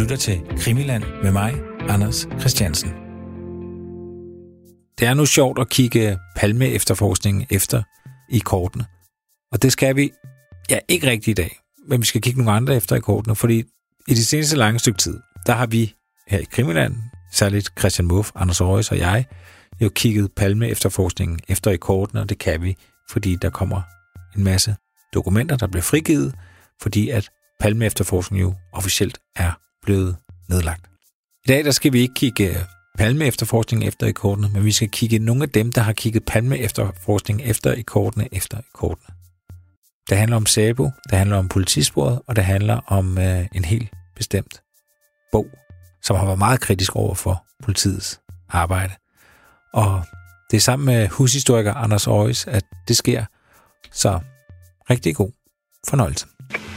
lytter til Krimiland med mig, Anders Christiansen. Det er nu sjovt at kigge Palme-efterforskningen efter i kortene. Og det skal vi, ikke rigtigt i dag, men vi skal kigge nogle andre efter i kortene, fordi i det seneste lange stykke tid, der har vi her i Krimiland, særligt Christian Muff, Anders Aarhus og jeg, jo kigget Palme-efterforskningen efter i kortene, og det kan vi, fordi der kommer en masse dokumenter, der bliver frigivet, fordi at Palme-efterforskningen jo officielt er blevet nedlagt. I dag der skal vi ikke kigge Palme-efterforskningen efter i kortene, men vi skal kigge nogle af dem, der har kigget Palme-efterforskningen efter i kortene. Det handler om SÄPO, det handler om politisporet, og det handler om en helt bestemt bog, som har været meget kritisk over for politiets arbejde. Og det er sammen med hushistoriker Anders Aarhus, at det sker. Så rigtig god fornøjelse.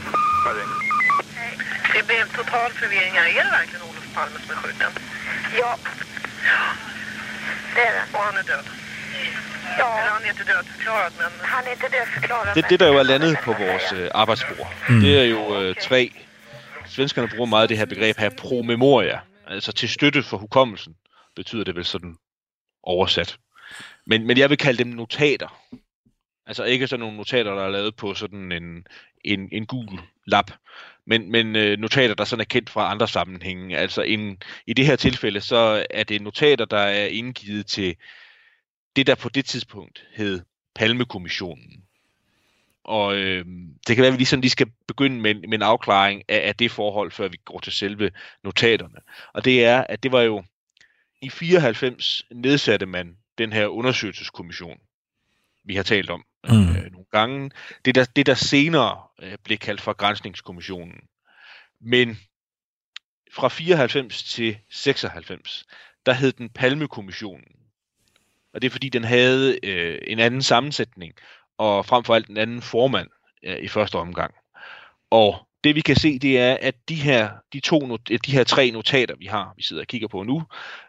Det blev total förvirring här. Är det verkligen Olof Palme som är skjuten? Ja. Det är det. Och han är död? Ja. Eller han är inte dödförklarad, men... Han är inte dödförklarad. Det der jo er landet på vores arbejdsbord, det er jo tre... Svenskerne bruger meget det her begreb her, pro memoria. Altså til støtte for hukommelsen, betyder det vel sådan oversat. Men jeg vil kalde dem notater. Altså ikke sådan nogle notater, der er lavet på sådan en gul lap, men notater, der sådan er kendt fra andre sammenhænge. Altså i det her tilfælde, så er det notater, der er indgivet til det, der på det tidspunkt hed Palmekommissionen. Og det kan være, at vi lige skal begynde med en afklaring af det forhold, før vi går til selve notaterne. Og det er, at det var jo i 94 nedsatte man den her undersøgelseskommission, vi har talt om nogle gange. Det der senere blev kaldt for Granskningskommissionen. Men fra 94 til 96, der hed den Palmekommissionen. Og det er fordi, den havde en anden sammensætning, og frem for alt en anden formand i første omgang. Og det vi kan se, det er, at de her tre notater, vi sidder og kigger på nu,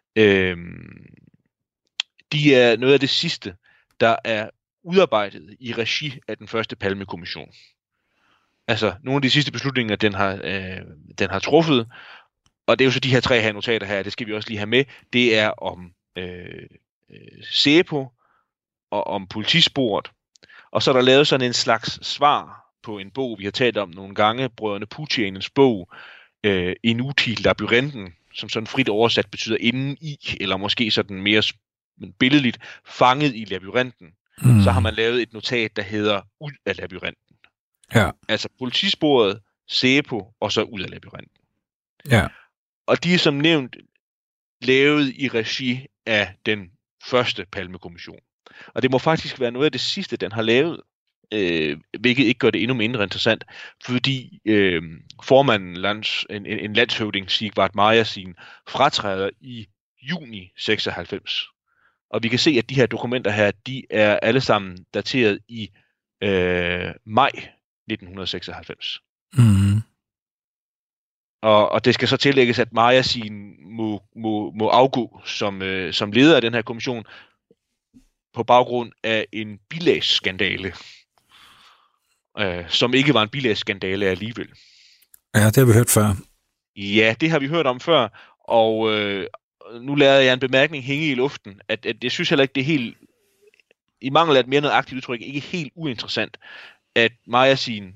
de er noget af det sidste, der er udarbejdet i regi af den første Palmekommission. Altså nogle af de sidste beslutninger, den har truffet, og det er jo så de her tre her notater her, det skal vi også lige have med, det er om SÄPO og om politisporet, og så er der lavet sådan en slags svar på en bog, vi har talt om nogle gange, brødrene Putianens bog, Inuti Labyrinten, som sådan frit oversat betyder inden i, eller måske sådan mere billedligt, fanget i labyrinten. Så har man lavet et notat, der hedder ud af labyrinten. Ja. Altså politisporet, SÄPO og så ud af labyrinten. Ja. Og de er som nævnt lavet i regi af den første Palmekommission. Og det må faktisk være noget af det sidste, den har lavet, hvilket ikke gør det endnu mindre interessant, fordi formanden, en landshøvding, Sigvard Marjasin, fratræder i juni 96. Og vi kan se, at de her dokumenter her, de er alle sammen dateret i maj 1996. Mm. Og det skal så tillægges, at Marjasin må afgå som leder af den her kommission på baggrund af en bilagsskandale, som ikke var en bilagsskandale alligevel. Ja, det har vi hørt før. Ja, det har vi hørt om før, og nu lader jeg en bemærkning hænge i luften, at jeg synes heller ikke, det er helt, i mangel af et mere nøjagtigt udtryk, ikke helt uinteressant, at Marjasin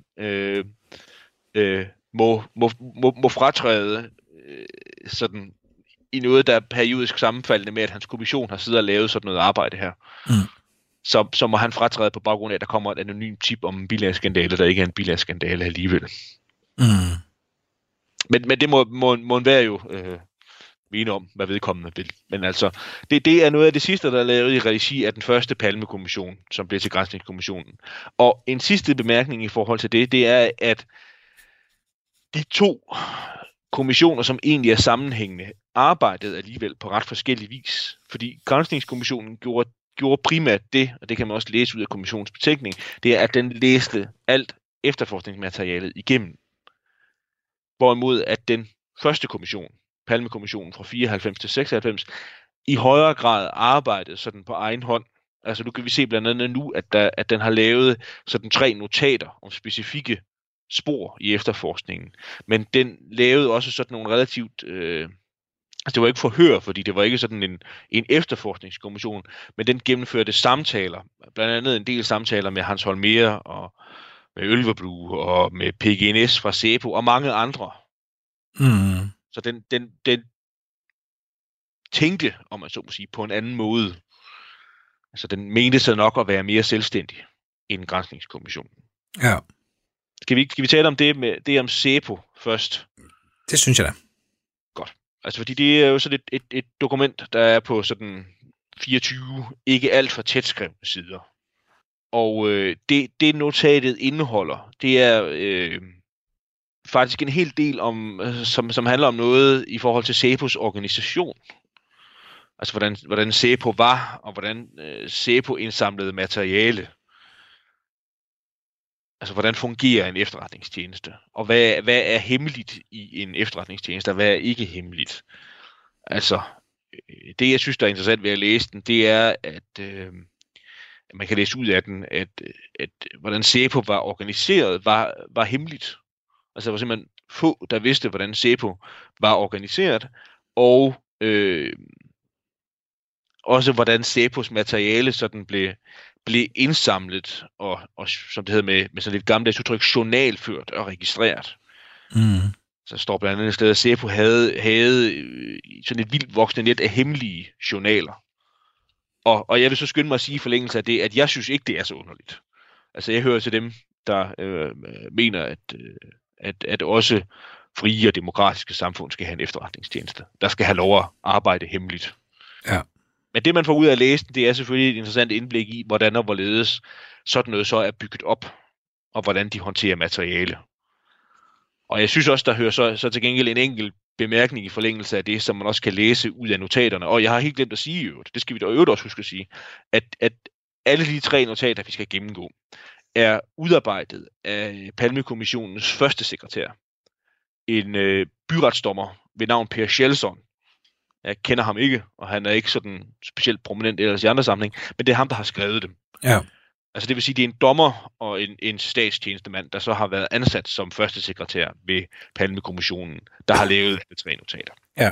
må fratræde sådan i noget, der er periodisk sammenfaldende med, at hans kommission har siddet og lavet sådan noget arbejde her. Så må han fratræde på baggrund af, at der kommer et anonymt tip om en bilagsskandale, der ikke er en bilagsskandale alligevel. Men det må enhver jo mene om, hvad vedkommende vil. Men altså, det er noget af det sidste, der er lavet i regi af den første Palmekommission, som blev til Granskningskommissionen. Og en sidste bemærkning i forhold til det er, at de to kommissioner, som egentlig er sammenhængende, arbejdede alligevel på ret forskellig vis. Fordi Granskningskommissionen gjorde primært det, og det kan man også læse ud af kommissionens betænkning, det er, at den læste alt efterforskningsmaterialet igennem. Hvorimod at den første kommission, Palmekommissionen fra 94 til 96, i højere grad arbejdede sådan på egen hånd. Altså nu kan vi se blandt andet nu, at den har lavet sådan 3 notater om specifikke spor i efterforskningen. Men den lavede også sådan nogle relativt... det var ikke forhør, fordi det var ikke sådan en efterforskningskommission, men den gennemførte samtaler, blandt andet en del samtaler med Hans Holmér og med Ølveblue og med PGNS fra SEPO og mange andre. Mm. Så den tænkte, om man så må sige, på en anden måde. Altså den mente sig nok at være mere selvstændig end granskningskommissionen. Ja. Skal vi tale om det om SEPO først? Det synes jeg da. Godt. Altså fordi det er jo sådan et dokument, der er på sådan 24 ikke alt for tæt skrevne sider. Og det notatet indeholder, det er faktisk en hel del om, som handler om noget i forhold til SEPOs organisation. Altså hvordan SEPO var, og hvordan SEPO indsamlede materiale. Altså hvordan fungerer en efterretningstjeneste, og hvad er hemmeligt i en efterretningstjeneste, og hvad er ikke hemmeligt. Altså det jeg synes der er interessant ved at læse den, det er at man kan læse ud af den, at hvordan SEPO var organiseret, var hemmeligt. Altså der var simpelthen få, der vidste, hvordan SEPO var organiseret, og også hvordan SEPOs materiale sådan blev indsamlet, og som det hedder med sådan lidt gammeldags udtryk, journalført og registreret. Mm. Så står blandt andet et sted, at SEPO havde sådan et vildt voksende net af hemmelige journaler. Og jeg vil så skynde mig at sige i forlængelse af det, at jeg synes ikke, det er så underligt. Altså jeg hører til dem, der mener, at også frie og demokratiske samfund skal have en efterretningstjeneste. Der skal have lov at arbejde hemmeligt. Ja. Men det man får ud af at læse, det er selvfølgelig et interessant indblik i, hvordan og hvorledes sådan noget så er bygget op, og hvordan de håndterer materiale. Og jeg synes også, der hører så til gengæld en enkelt bemærkning i forlængelse af det, som man også kan læse ud af notaterne. Og jeg har helt glemt at sige, det skal vi da øvrigt også huske at sige, at alle de 3 notater, vi skal gennemgå, er udarbejdet af Palmekommissionens første sekretær. En byretsdommer ved navn Per Schjelson. Jeg kender ham ikke, og han er ikke sådan specielt prominent ellers i andre sammenhæng, men det er ham, der har skrevet dem. Ja. Altså det vil sige, det er en dommer og en statstjenestemand, der så har været ansat som første sekretær ved Palmekommissionen, der har lavet de 3 notater. Ja.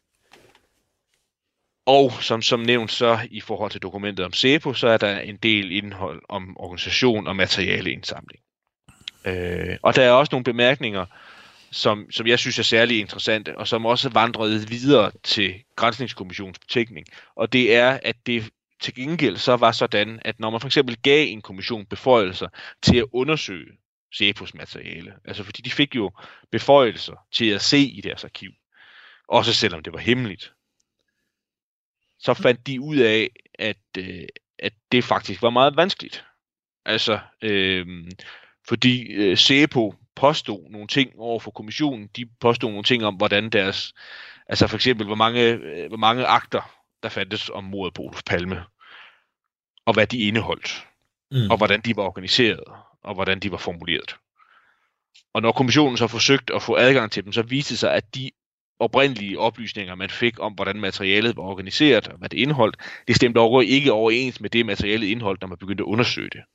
Og som nævnt så i forhold til dokumentet om SEPO, så er der en del indhold om organisation og materialeindsamling. Og der er også nogle bemærkninger, som jeg synes er særlig interessante, og som også vandrede videre til Granskningskommissionens betænkning. Og det er, at det til gengæld så var sådan, at når man for eksempel gav en kommission beføjelser til at undersøge SEPOs materiale, altså fordi de fik jo beføjelser til at se i deres arkiv, også selvom det var hemmeligt, så fandt de ud af, at det faktisk var meget vanskeligt. Altså, fordi SEPO påstod nogle ting over for kommissionen, de påstod nogle ting om, hvordan deres, altså for eksempel, hvor mange akter, der fandtes om mordet på Olof Palme, og hvad de indeholdt, og hvordan de var organiseret, og hvordan de var formuleret. Og når kommissionen så forsøgte at få adgang til dem, så viste det sig, at de oprindelige oplysninger, man fik om, hvordan materialet var organiseret, og hvad det indeholdt, det stemte overhovedet ikke overens med det materialet indeholdt, når man begyndte at undersøge det.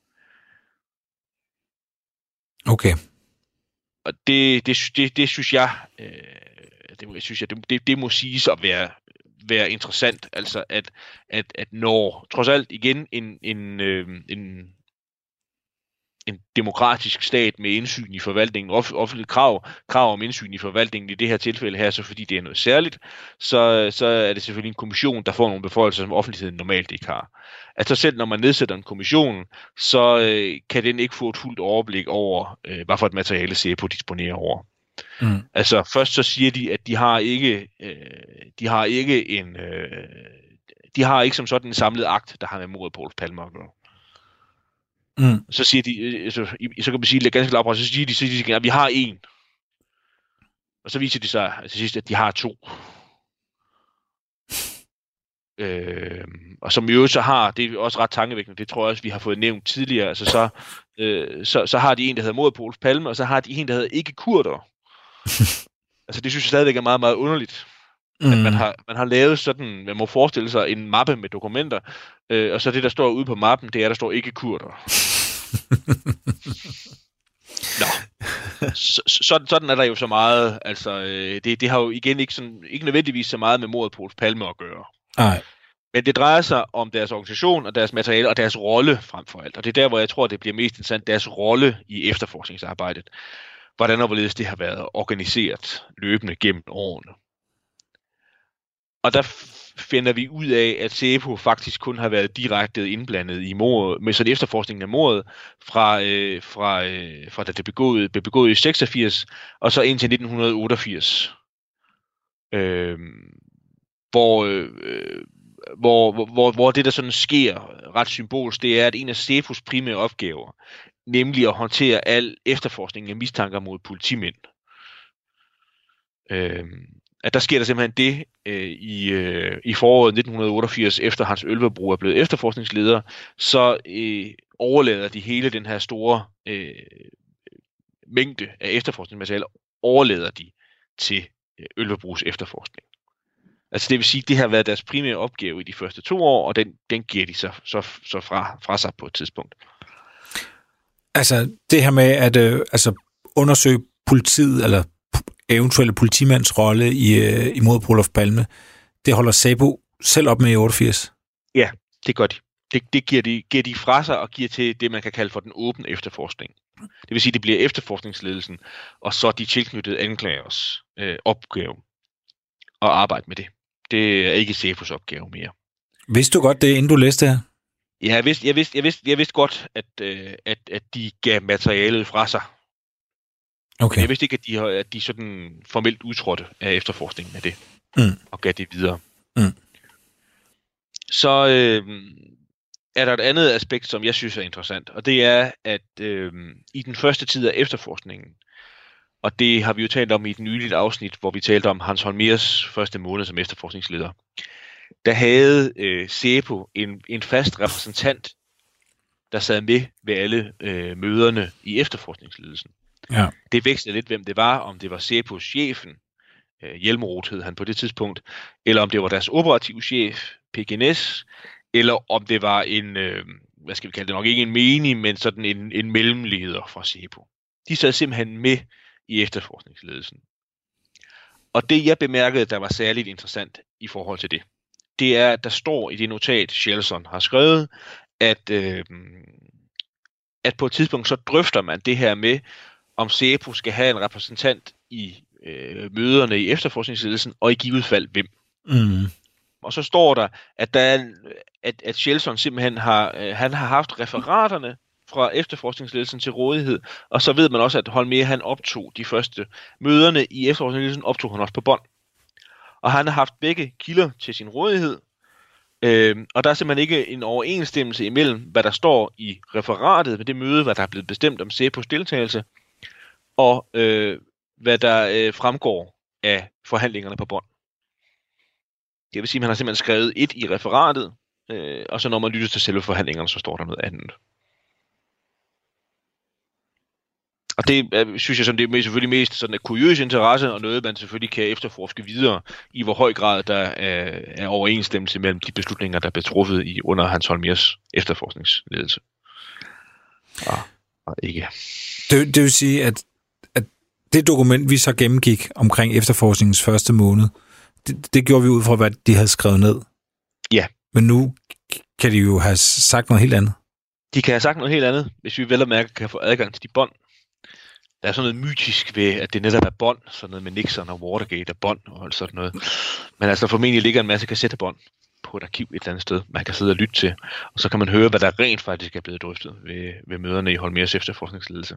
Okay. Og det synes jeg, det må siges at være interessant, altså at når trods alt igen en demokratisk stat med indsyn i forvaltningen, offentligt krav om indsyn i forvaltningen i det her tilfælde her, så fordi det er noget særligt, så er det selvfølgelig en kommission, der får nogle beføjelser, som offentligheden normalt ikke har. Altså selv når man nedsætter en kommission, så kan den ikke få et fuldt overblik over, hvad for et materiale SEPO disponerer over. Mm. Altså først så siger de, at de har ikke som sådan en samlet akt, der har med mordet på Olof Palme at gøre. Mm. Så siger de, så kan man sige ganske klart, så siger de, at vi har en. Og så viser de sig til sidst, at de har 2. Og som i øvrigt så har, det er også ret tankevækkende, det tror jeg også, vi har fået nævnt tidligere, altså så har de en, der hedder mordet på Olof Palme, og så har de en, der hedder ikke kurder. Altså det synes jeg stadigvæk er meget, meget underligt. At man har lavet sådan, man må forestille sig en mappe med dokumenter, og så det, der står ude på mappen, det er, der står ikke kurder. Nå. Sådan er der jo så meget, altså det har jo igen ikke nødvendigvis så meget med mordet på Olof Palme at gøre. Nej. Men det drejer sig om deres organisation og deres materiale og deres rolle frem for alt. Og det er der, hvor jeg tror, det bliver mest interessant, deres rolle i efterforskningsarbejdet. Hvordan og hvorledes det har været organiseret løbende gennem årene. Og der finder vi ud af, at SEPO faktisk kun har været direkte indblandet i mordet, med sådan efterforskningen af mordet, fra da det blev begået i 86, og så indtil 1988. Hvor det, der sådan sker ret symbolsk, det er, at en af SEPOs primære opgaver, nemlig at håndtere al efterforskning af mistanker mod politimænd. At der sker der simpelthen det i foråret 1988, efter Hans Ølvebro er blevet efterforskningsleder, så overlader de hele den her store mængde af efterforskningsmateriale, overlader de til Ølvebros efterforskning. Altså det vil sige, at det har været deres primære opgave i de første 2 år, og den giver de så fra sig på et tidspunkt. Altså det her med at undersøge politiet, eller eventuelle politimands rolle i mordet på Olof Palme, det holder SEPO selv op med i 88? Ja, det gør de. Det giver de fra sig og giver til det, man kan kalde for den åbne efterforskning. Det vil sige, at det bliver efterforskningsledelsen, og så de tilknyttede anklagers opgave at arbejde med det. Det er ikke SEPOs opgave mere. Vidste du godt det, inden du læste her? Ja, jeg vidste godt, at de gav materialet fra sig. Okay. Men jeg vidste ikke, at de sådan formelt udtrådte af efterforskningen af det, og gav det videre. Så er der et andet aspekt, som jeg synes er interessant, og det er, at i den første tid af efterforskningen, og det har vi jo talt om i et nyligt afsnit, hvor vi talte om Hans Holmérs første måned som efterforskningsleder, der havde SEPO en fast repræsentant, der sad med ved alle møderne i efterforskningsledelsen. Ja. Det vekslede lidt, hvem det var, om det var SEPOs chefen, Hjelmeroth hed han på det tidspunkt, eller om det var deres operative chef, PGNS, eller om det var en, hvad skal vi kalde det, nok ikke en menig, men sådan en mellemleder fra SEPO. De sad simpelthen med i efterforskningsledelsen. Og det, jeg bemærkede, der var særligt interessant i forhold til det er, at der står i det notat, Schelson har skrevet, at på et tidspunkt så drøfter man det her med, om SEPO skal have en repræsentant i møderne i efterforskningsledelsen, og i givet fald hvem. Og så står der, at Schelson simpelthen han har haft referaterne fra efterforskningsledelsen til rådighed, og så ved man også, at Holmér han optog de første møderne i efterforskningsledelsen, optog han også på bånd. Og han har haft begge kilder til sin rådighed, og der er simpelthen ikke en overensstemmelse imellem, hvad der står i referatet med det møde, hvad der er blevet bestemt om SEPOs deltagelse, og hvad der fremgår af forhandlingerne på bånd. Det vil sige, at man har simpelthen skrevet et i referatet, og så når man lytter til selve forhandlingerne, så står der noget andet. Og det synes jeg, som det er selvfølgelig mest sådan en kuriøs interesse, og noget, man selvfølgelig kan efterforske videre, i hvor høj grad der er overensstemmelse mellem de beslutninger, der blev truffet under Hans Holmérs efterforskningsledelse. Og ikke. Det vil sige, at det dokument, vi så gennemgik omkring efterforskningens første måned, det gjorde vi ud fra, hvad de havde skrevet ned. Ja. Men nu kan de jo have sagt noget helt andet. De kan have sagt noget helt andet, hvis vi vel og mærke kan få adgang til de bånd. Der er sådan noget mytisk ved, at det netop er bånd, sådan noget med Nixon og Watergate og bånd og sådan noget. Men altså, formentlig ligger en masse kassettebånd på et arkiv et eller andet sted, man kan sidde og lytte til, og så kan man høre, hvad der rent faktisk er blevet drøftet ved møderne i Holmérs efterforskningsledelse.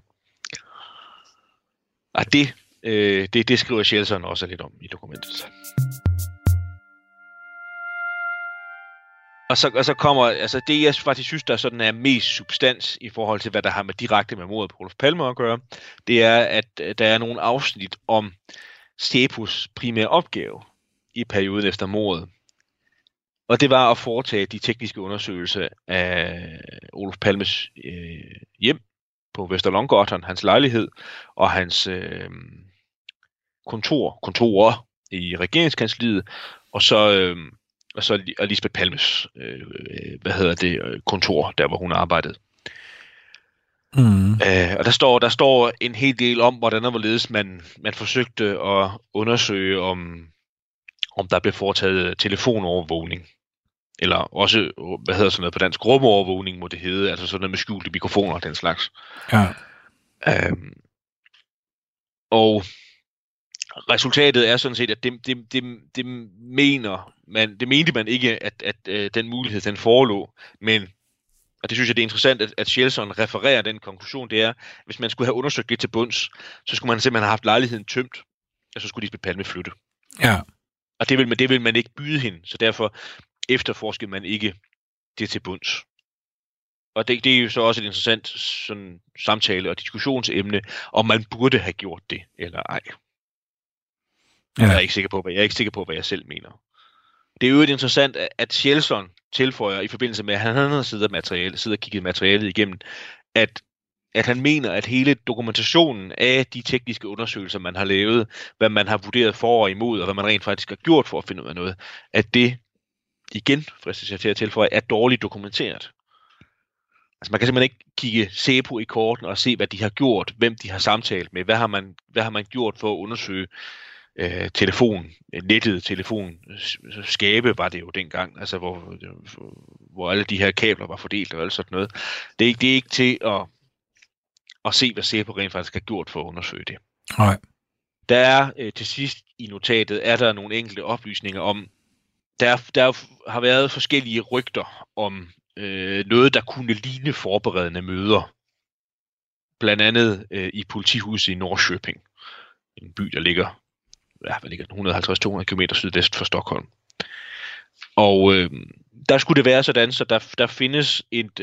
Og det skriver Schelson også lidt om i dokumentet. Og så kommer, altså det jeg faktisk synes, der sådan er mest substans i forhold til, hvad der har med direkte med mordet på Olof Palme at gøre, det er, at der er nogle afsnit om SEPOs primære opgave i perioden efter mordet. Og det var at foretage de tekniske undersøgelser af Olof Palmes på Vesterlånggatan, hans lejlighed og hans kontorer i regeringskansliet, og så Lisbeth Palmes kontor, der hvor hun arbejdede. Og der står en hel del om, hvordan og hvorledes man forsøgte at undersøge, om der blev foretaget telefonovervågning. Eller også, hvad hedder sådan noget på dansk, rumovervågning må det hedde, altså sådan noget med skjulte mikrofoner og den slags. Ja. Og resultatet er sådan set, at det mente man ikke, at den mulighed, den forelå, men, og det synes jeg, det er interessant, at Shelson refererer den konklusion, det er, hvis man skulle have undersøgt det til bunds, så skulle man simpelthen have haft lejligheden tømt, og så skulle Lisbeth Palme flytte. Ja. Og det vil man ikke byde hende, så derfor efterforskede man ikke det til bunds. Og det er jo så også et interessant sådan, samtale- og diskussionsemne, om man burde have gjort det, eller ej. Ja. Jeg er ikke sikker på, hvad jeg selv mener. Det er jo interessant, at Shelson tilføjer i forbindelse med, at han havde siddet og kigget materialet igennem, at han mener, at hele dokumentationen af de tekniske undersøgelser, man har lavet, hvad man har vurderet for og imod, og hvad man rent faktisk har gjort for at finde ud af noget, at det, igen, fristes jeg til at tilføje, er dårligt dokumenteret. Altså man kan simpelthen ikke kigge SEPO i korten og se, hvad de har gjort, hvem de har samtalt med, hvad har man gjort for at undersøge telefonskabe var det jo dengang, altså hvor alle de her kabler var fordelt og alt sådan noget. Det er ikke til at se, hvad SEPO rent faktisk har gjort for at undersøge det. Nej. Der er til sidst i notatet, er der nogle enkelte oplysninger om, der har været forskellige rygter om noget, der kunne ligne forberedende møder. Blandt andet i politihuset i Norrköping, en by, der ligger 150-200 km sydvest for Stockholm. Og der skulle det være sådan, så der findes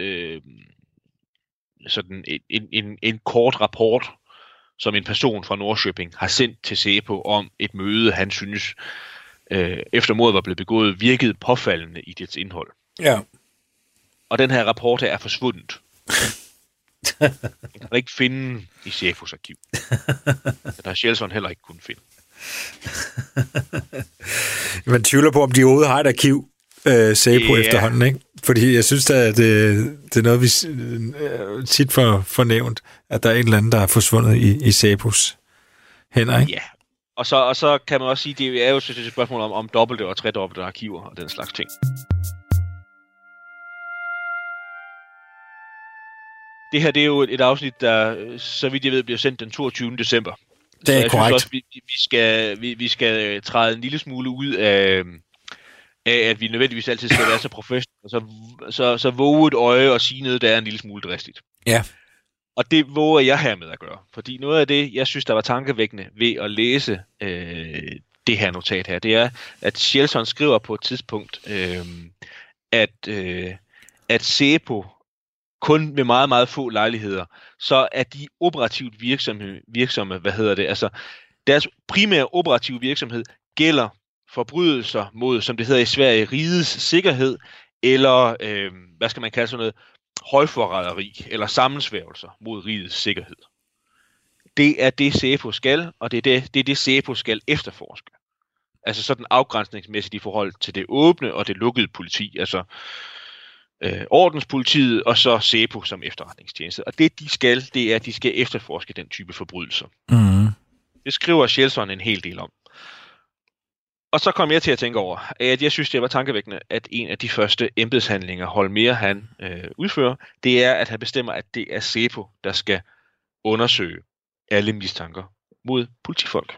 en kort rapport, som en person fra Norrköping har sendt til SEPO om et møde, han synes, efter mordet var blevet begået, virkede påfaldende i dets indhold. Ja. Og den her rapport er forsvundet. Den kan man ikke finde i SEPOs arkiv. Den har Shelson heller ikke kunnet finde. Man tvivler på, om de overhovedet har et arkiv, SEPO efterhånden, ikke? Fordi jeg synes, at det er noget, vi tit får fornævnt, at der er et eller andet, der er forsvundet i SEPOs hænder, ikke? Ja, og så kan man også sige, det er jo et spørgsmål om dobbelte og tredobbelte arkiver og den slags ting. Det her, det er jo et afsnit, der, så vidt jeg ved, bliver sendt den 22. december. Det er korrekt. Også, vi skal træde en lille smule ud af at vi nødvendigvis altid skal være så professionelle, så våge et øje og sige noget, der er en lille smule dristigt. Ja. Og det våger jeg hermed at gøre. Fordi noget af det, jeg synes, der var tankevækkende ved at læse det her notat her, det er, at Shelson skriver på et tidspunkt, at SEPO kun med meget, meget få lejligheder, så er de operativt virksomme, altså deres primære operative virksomhed gælder forbrydelser mod, som det hedder i Sverige, rigets sikkerhed, eller, hvad skal man kalde sådan noget, højforræderi, eller sammensværgelser mod rigets sikkerhed. Det er det, SEPO skal, og det er det, SEPO skal efterforske. Altså sådan afgrænsningsmæssigt i forhold til det åbne og det lukkede politi, altså ordenspolitiet, og så SEPO som efterretningstjeneste. Og det, de skal, det er, at de skal efterforske den type forbrydelser. Mm. Det skriver Shelson en hel del om. Og så kom jeg til at tænke over, at jeg synes, det var tankevækkende, at en af de første embedshandlinger, Holmér han udfører, det er, at han bestemmer, at det er SEPO, der skal undersøge alle mistanker mod politifolk.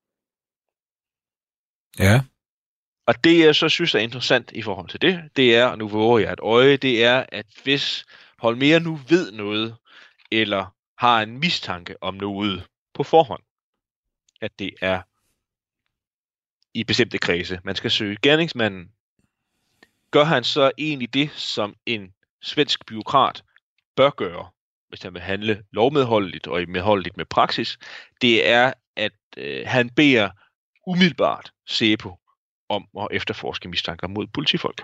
Ja. Og det, jeg så synes er interessant i forhold til det er, og nu våger jeg et øje, det er, at hvis Holmér nu ved noget, eller har en mistanke om noget på forhånd, at det er i bestemte kredse, man skal søge gerningsmanden, gør han så egentlig det, som en svensk bureaukrat bør gøre, hvis han vil handle lovmedholdeligt og medholdeligt med praksis, det er, at han beder umiddelbart SEPO om at efterforske mistanker mod politifolk.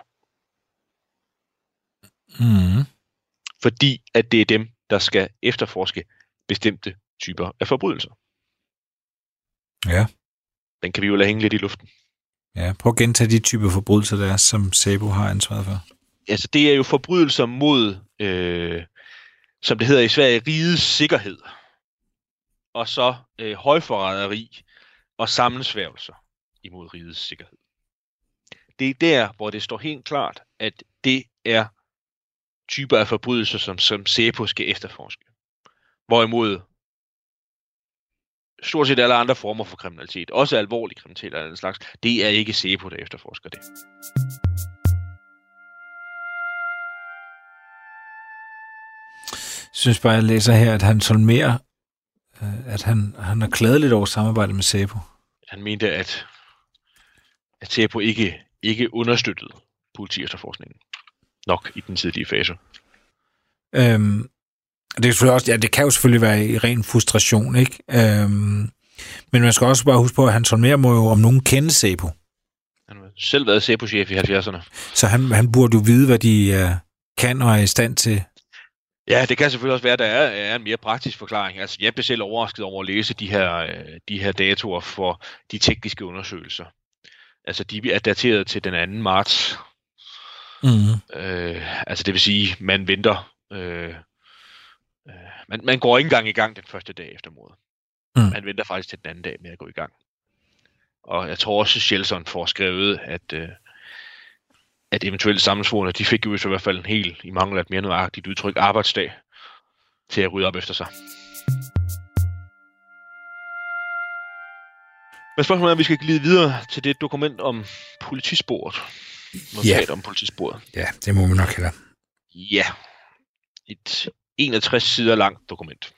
Mm. Fordi at det er dem, der skal efterforske bestemte typer af forbrydelser. Ja. Den kan vi jo lade hænge lidt i luften. Ja, prøv at gentage de typer forbrydelser, der er, som SEPO har ansvaret for. Altså, det er jo forbrydelser mod som det hedder i Sverige, rigets sikkerhed, og så højforræderi og sammensværgelser imod rigets sikkerhed. Det er der, hvor det står helt klart, at det er typer af forbrydelser, som SEPO skal efterforske. Hvorimod stort set alle andre former for kriminalitet, også alvorlig kriminalitet af den slags, det er ikke SEPO, der efterforsker det. Jeg synes bare, jeg læser her, at han Solmer, at han har klaget lidt over samarbejdet med SEPO. Han mente, at SEPO ikke understøttede politiefterforskningen nok i den tidlige fase. Det er selvfølgelig også, det kan jo selvfølgelig være i ren frustration, ikke? Men man skal også bare huske på, at Hans Holmér må jo om nogen kende SEPO. Han har selv været SEPO-chef i 70'erne. Så han burde jo vide, hvad de kan og er i stand til. Ja, det kan selvfølgelig også være, at der er en mere praktisk forklaring. Altså, jeg blev selv overrasket over at læse de her datoer for de tekniske undersøgelser. Altså, de er dateret til den 2. marts. Altså, det vil sige, man venter. Man går ikke engang i gang den første dag efter mordet. Man venter faktisk til den anden dag med at gå i gang. Og jeg tror også, Kjelsson får skrevet, at eventuelt sammensvorene, de fik jo i hvert fald en helt, i mangel af et mere nøjagtigt udtryk, arbejdsdag til at rydde op efter sig. Men spørgsmålet er, at vi skal glide videre til det dokument om politisporet. Notat om politisporet. Ja, det må vi nok hellere. Ja. Et 61 sider langt dokument.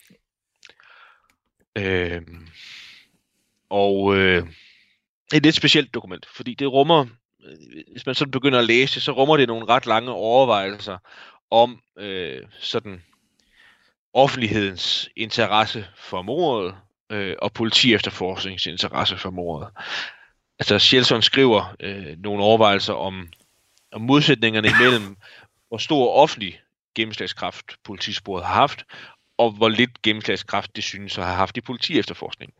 Et lidt specielt dokument, fordi det rummer, hvis man sådan begynder at læse, så rummer det nogle ret lange overvejelser om sådan offentlighedens interesse for mordet og politiefterforskningsinteresse for mordet. Altså Kjelsson skriver nogle overvejelser om modsætningerne imellem, hvor stor offentlig gennemslagskraft politisporet har haft, og hvor lidt gennemslagskraft det synes at have haft i politiefterforskningen.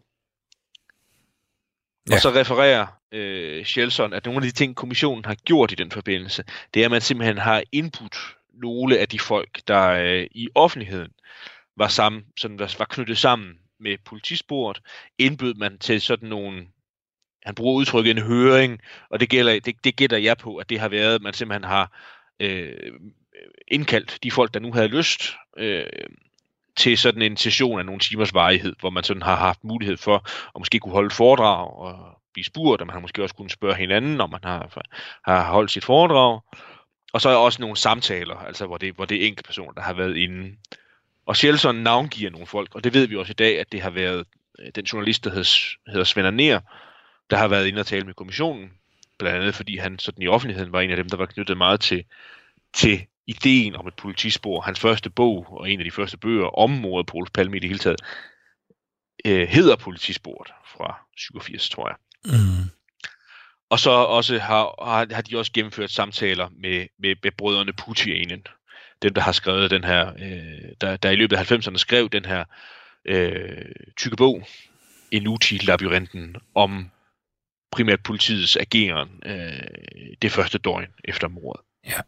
Ja. Og så refererer Kjelsson, at nogle af de ting, kommissionen har gjort i den forbindelse, det er, at man simpelthen har input nogle af de folk, der i offentligheden var knyttet sammen med politisporet, indbød man til sådan nogle, han bruger udtrykket en høring, og det gætter jeg på, at det har været, at man simpelthen har indkaldt de folk, der nu havde lyst til sådan en session af nogle timers varighed, hvor man sådan har haft mulighed for at måske kunne holde foredrag og blive spurgt, og man har måske også kunnet spørge hinanden, når man har holdt sit foredrag. Og så er også nogle samtaler, altså hvor det er enkelte personer, der har været inde. Og Kjelsson navngiver nogle folk, og det ved vi også i dag, at det har været den journalist, der hedder Svend Anér, der har været inde og tale med kommissionen, blandt andet fordi han sådan i offentligheden var en af dem, der var knyttet meget til ideen om et politispor. Hans første bog, og en af de første bøger om mordet på Olof Palme i det hele taget, hedder Politisporet fra 87, tror jeg. Og så også har de også gennemført samtaler med brødrene Putiainen, dem der har skrevet den her, der i løbet af 90'erne skrev den her tykke bog, Enuti-labyrinten, om primært politiets ageren det første døgn efter mordet. Ja.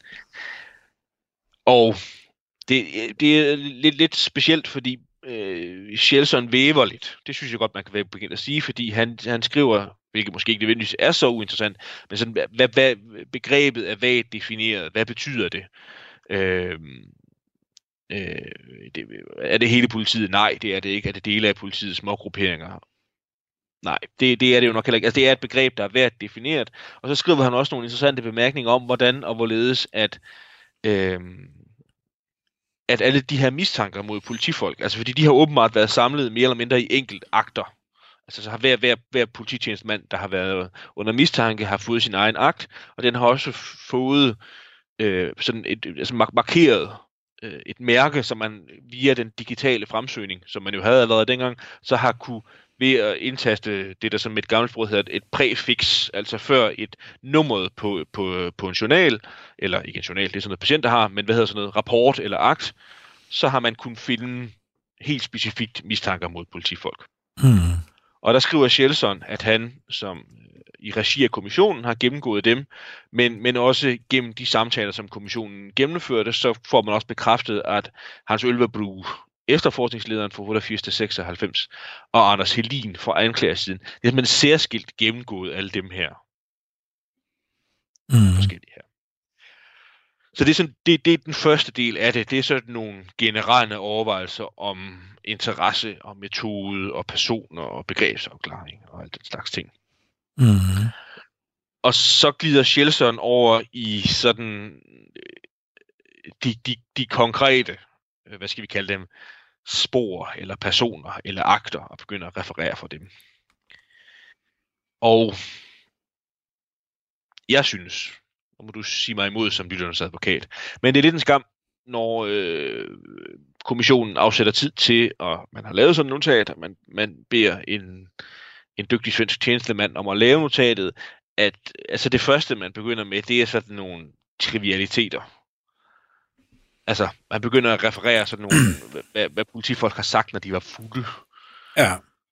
Og det er lidt specielt, fordi Kjelsson væver lidt. Det synes jeg godt, man kan begynde at sige, fordi han skriver, hvilket måske ikke nødvendigvis er så uinteressant, men sådan, hvad begrebet er vagt defineret, hvad betyder det? Er det hele politiet? Nej, det er det ikke. Er det dele af politiets smågrupperinger? Nej, det er det jo nok heller ikke. Altså, det er et begreb, der er værd defineret. Og så skriver han også nogle interessante bemærkninger om, hvordan og hvorledes, at alle de her mistanker mod politifolk, altså fordi de har åbenbart været samlet mere eller mindre i enkelt akter. Altså så har hver polititjenestemand, der har været under mistanke, har fået sin egen akt, og den har også fået sådan markeret et mærke, som man via den digitale fremsøgning, som man jo havde allerede dengang, så har kunne ved at indtaste det, der som et gammelt sprog hedder et præfix, altså før et nummer på en journal, eller ikke en journal, det er sådan noget patienter har, men hvad hedder sådan noget, rapport eller akt, så har man kunnet finde helt specifikt mistanker mod politifolk. Og der skriver Kjelsson, at han som i regi af kommissionen har gennemgået dem, men også gennem de samtaler, som kommissionen gennemførte, så får man også bekræftet, at Hans Ölvebro, efterforskningslederen fra 88 til 96, og Anders Helin fra anklagersiden, det er man særskilt gennemgået alle dem her. Forskellige her. Så det er, sådan, det er den første del af det. Det er sådan nogle generelle overvejelser om interesse og metode og personer og begrebsafklaring og alt den slags ting. Og så glider Kjeldson over i sådan de konkrete, hvad skal vi kalde dem, spor eller personer eller akter og begynder at referere for dem. Og jeg synes, nu må du sige mig imod som lytternes advokat, men det er lidt en skam, når kommissionen afsætter tid til, og man har lavet sådan et notat, og man beder en dygtig svensk tjenestemand om at lave notatet, at altså det første, man begynder med, det er sådan nogle trivialiteter. Altså, man begynder at referere sådan nogle, hvad politifolk har sagt, når de var fulde. Ja.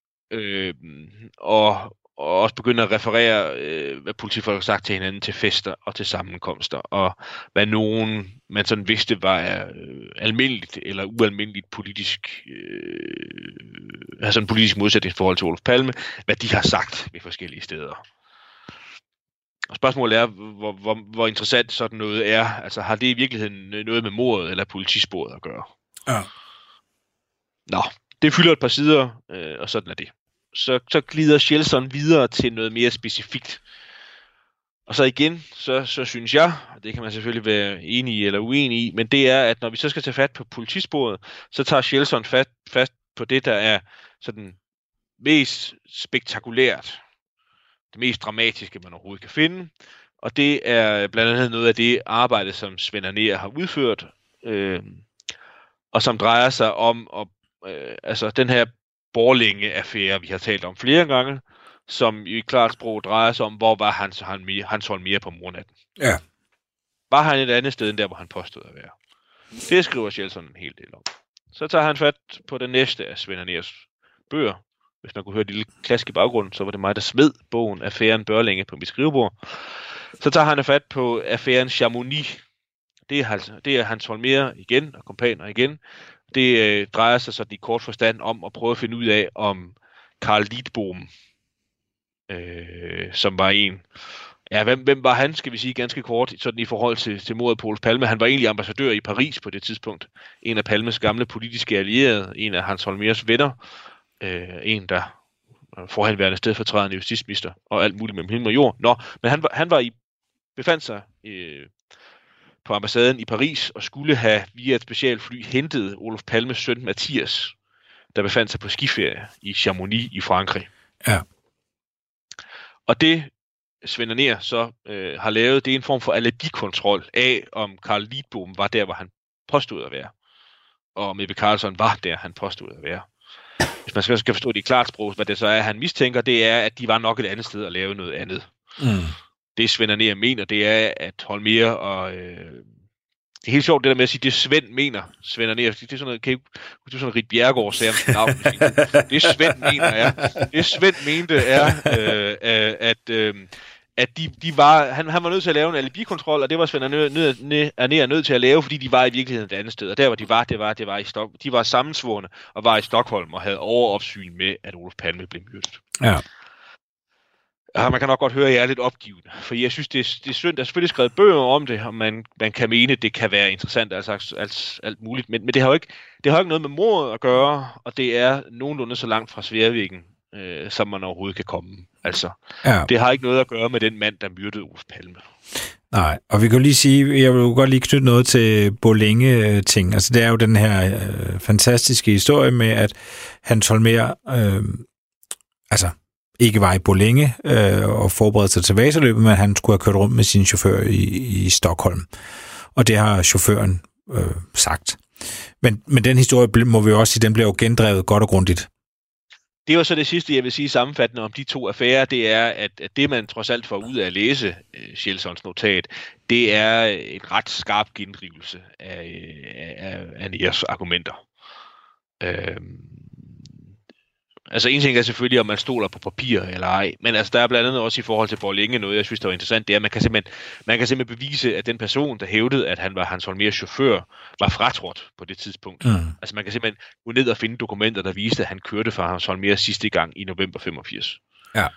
Og også begynder at referere, hvad politifolk har sagt til hinanden til fester og til sammenkomster, og hvad nogen man sådan vidste var almindeligt eller ualmindeligt politisk, har sådan en politisk modsætningsforhold til Olof Palme, hvad de har sagt ved forskellige steder. Og spørgsmålet er, hvor interessant sådan noget er. Altså, har det i virkeligheden noget med mordet eller politisporet at gøre? Ja. Nå, det fylder et par sider, og sådan er det. Så glider Kjeldson videre til noget mere specifikt. Og så igen, så synes jeg, og det kan man selvfølgelig være enig i eller uenig i, men det er, at når vi så skal tage fat på politisporet, så tager Kjeldson fat på det, der er sådan mest spektakulært, det mest dramatiske, man overhovedet kan finde. Og det er blandt andet noget af det arbejde, som Svend Anér har udført, og som drejer sig om altså den her Borlänge-affære, vi har talt om flere gange, som i klart sprog drejer sig om, hvor var Hans Holmér på mordnatten. Ja. Var han et andet sted, end der, hvor han påstod at være? Det skriver Kjeldson en hel del om. Så tager han fat på den næste af Svend Aners bøger. Hvis man kunne høre et lille klask i baggrunden, så var det mig, der smed bogen Affæren Borlänge på mit skrivebord. Så tager han fat på affæren Chamonix. Det er Hans Holmér igen, og kompaner igen. Det drejer sig sådan i kort forstand om at prøve at finde ud af, om Carl Lidbom, som var en... Ja, hvem var han, skal vi sige ganske kort, sådan i forhold til mordet på Olof Palme. Han var egentlig ambassadør i Paris på det tidspunkt. En af Palmes gamle politiske allierede, en af Hans Holmérs venner, en der forhenværende stedfortrædende justitsminister, og alt muligt mellem himmel og jord. Nå, men han befandt sig på ambassaden i Paris, og skulle have via et specialfly hentet Olof Palmes søn Mathias, der befandt sig på skiferie i Chamonix i Frankrig. Ja. Og det Svend Anér så har lavet, det er en form for alibi-kontrol af, om Carl Lidbom var der, hvor han påstod at være, og om Ebbe Carlsson var der, han påstod at være. Hvis man skal forstå det i klart sprog, hvad det så er, han mistænker, det er, at de var nok et andet sted at lave noget andet. Det Svend Anér mener, det er, at Holmér og... det er helt sjovt, det der med at sige, det Svend mener, Svend Anér, det er sådan noget, det er sådan Rit Bjerregaard sagde om navn. Det Svend mener er, det Svend mente er, at de var, han var nødt til at lave en alibi-kontrol, og det var Svend Anér nødt til at lave, fordi de var i virkeligheden et andet sted. Og der, hvor de var, det var i Stockholm. De var sammensvorne og var i Stockholm og havde overopsyn med, at Olof Palme blev myrdet. Ja. Og man kan nok godt høre, at jeg er lidt opgivende, for jeg synes, det er synd. Der er selvfølgelig skrevet bøger om det, og man kan mene, det kan være interessant, alt muligt, men det har jo ikke noget med mordet at gøre, og det er nogenlunde så langt fra sværvæggen, som man overhovedet kan komme. Altså, Det har ikke noget at gøre med den mand, der myrdede Olof Palme. Nej, og vi kan lige sige, jeg vil jo godt lige knytte noget til Borlänge-ting. Altså, det er jo den her fantastiske historie med, at Hans Holmér, ikke var i Borlänge og forberedte sig til Vasaløbet, men han skulle have kørt rundt med sin chauffør i Stockholm. Og det har chaufføren sagt. Men den historie må vi jo også sige, den bliver jo gendrevet godt og grundigt. Det var så det sidste, jeg vil sige sammenfattende om de to affærer, det er, at det man trods alt får ud af at læse Kjeldsons notat, det er en ret skarp gendrivelse af Aners argumenter. Altså en ting er selvfølgelig, om man stoler på papir eller ej, men altså der er blandt andet også i forhold til Borlænge noget, jeg synes, der var interessant, det er, at man kan simpelthen bevise, at den person, der hævdede, at han var Hans Holmers chauffør, var fratrådt på det tidspunkt. Altså man kan simpelthen gå ned og finde dokumenter, der viste, at han kørte for Hans Holmers sidste gang i november 85. Ja.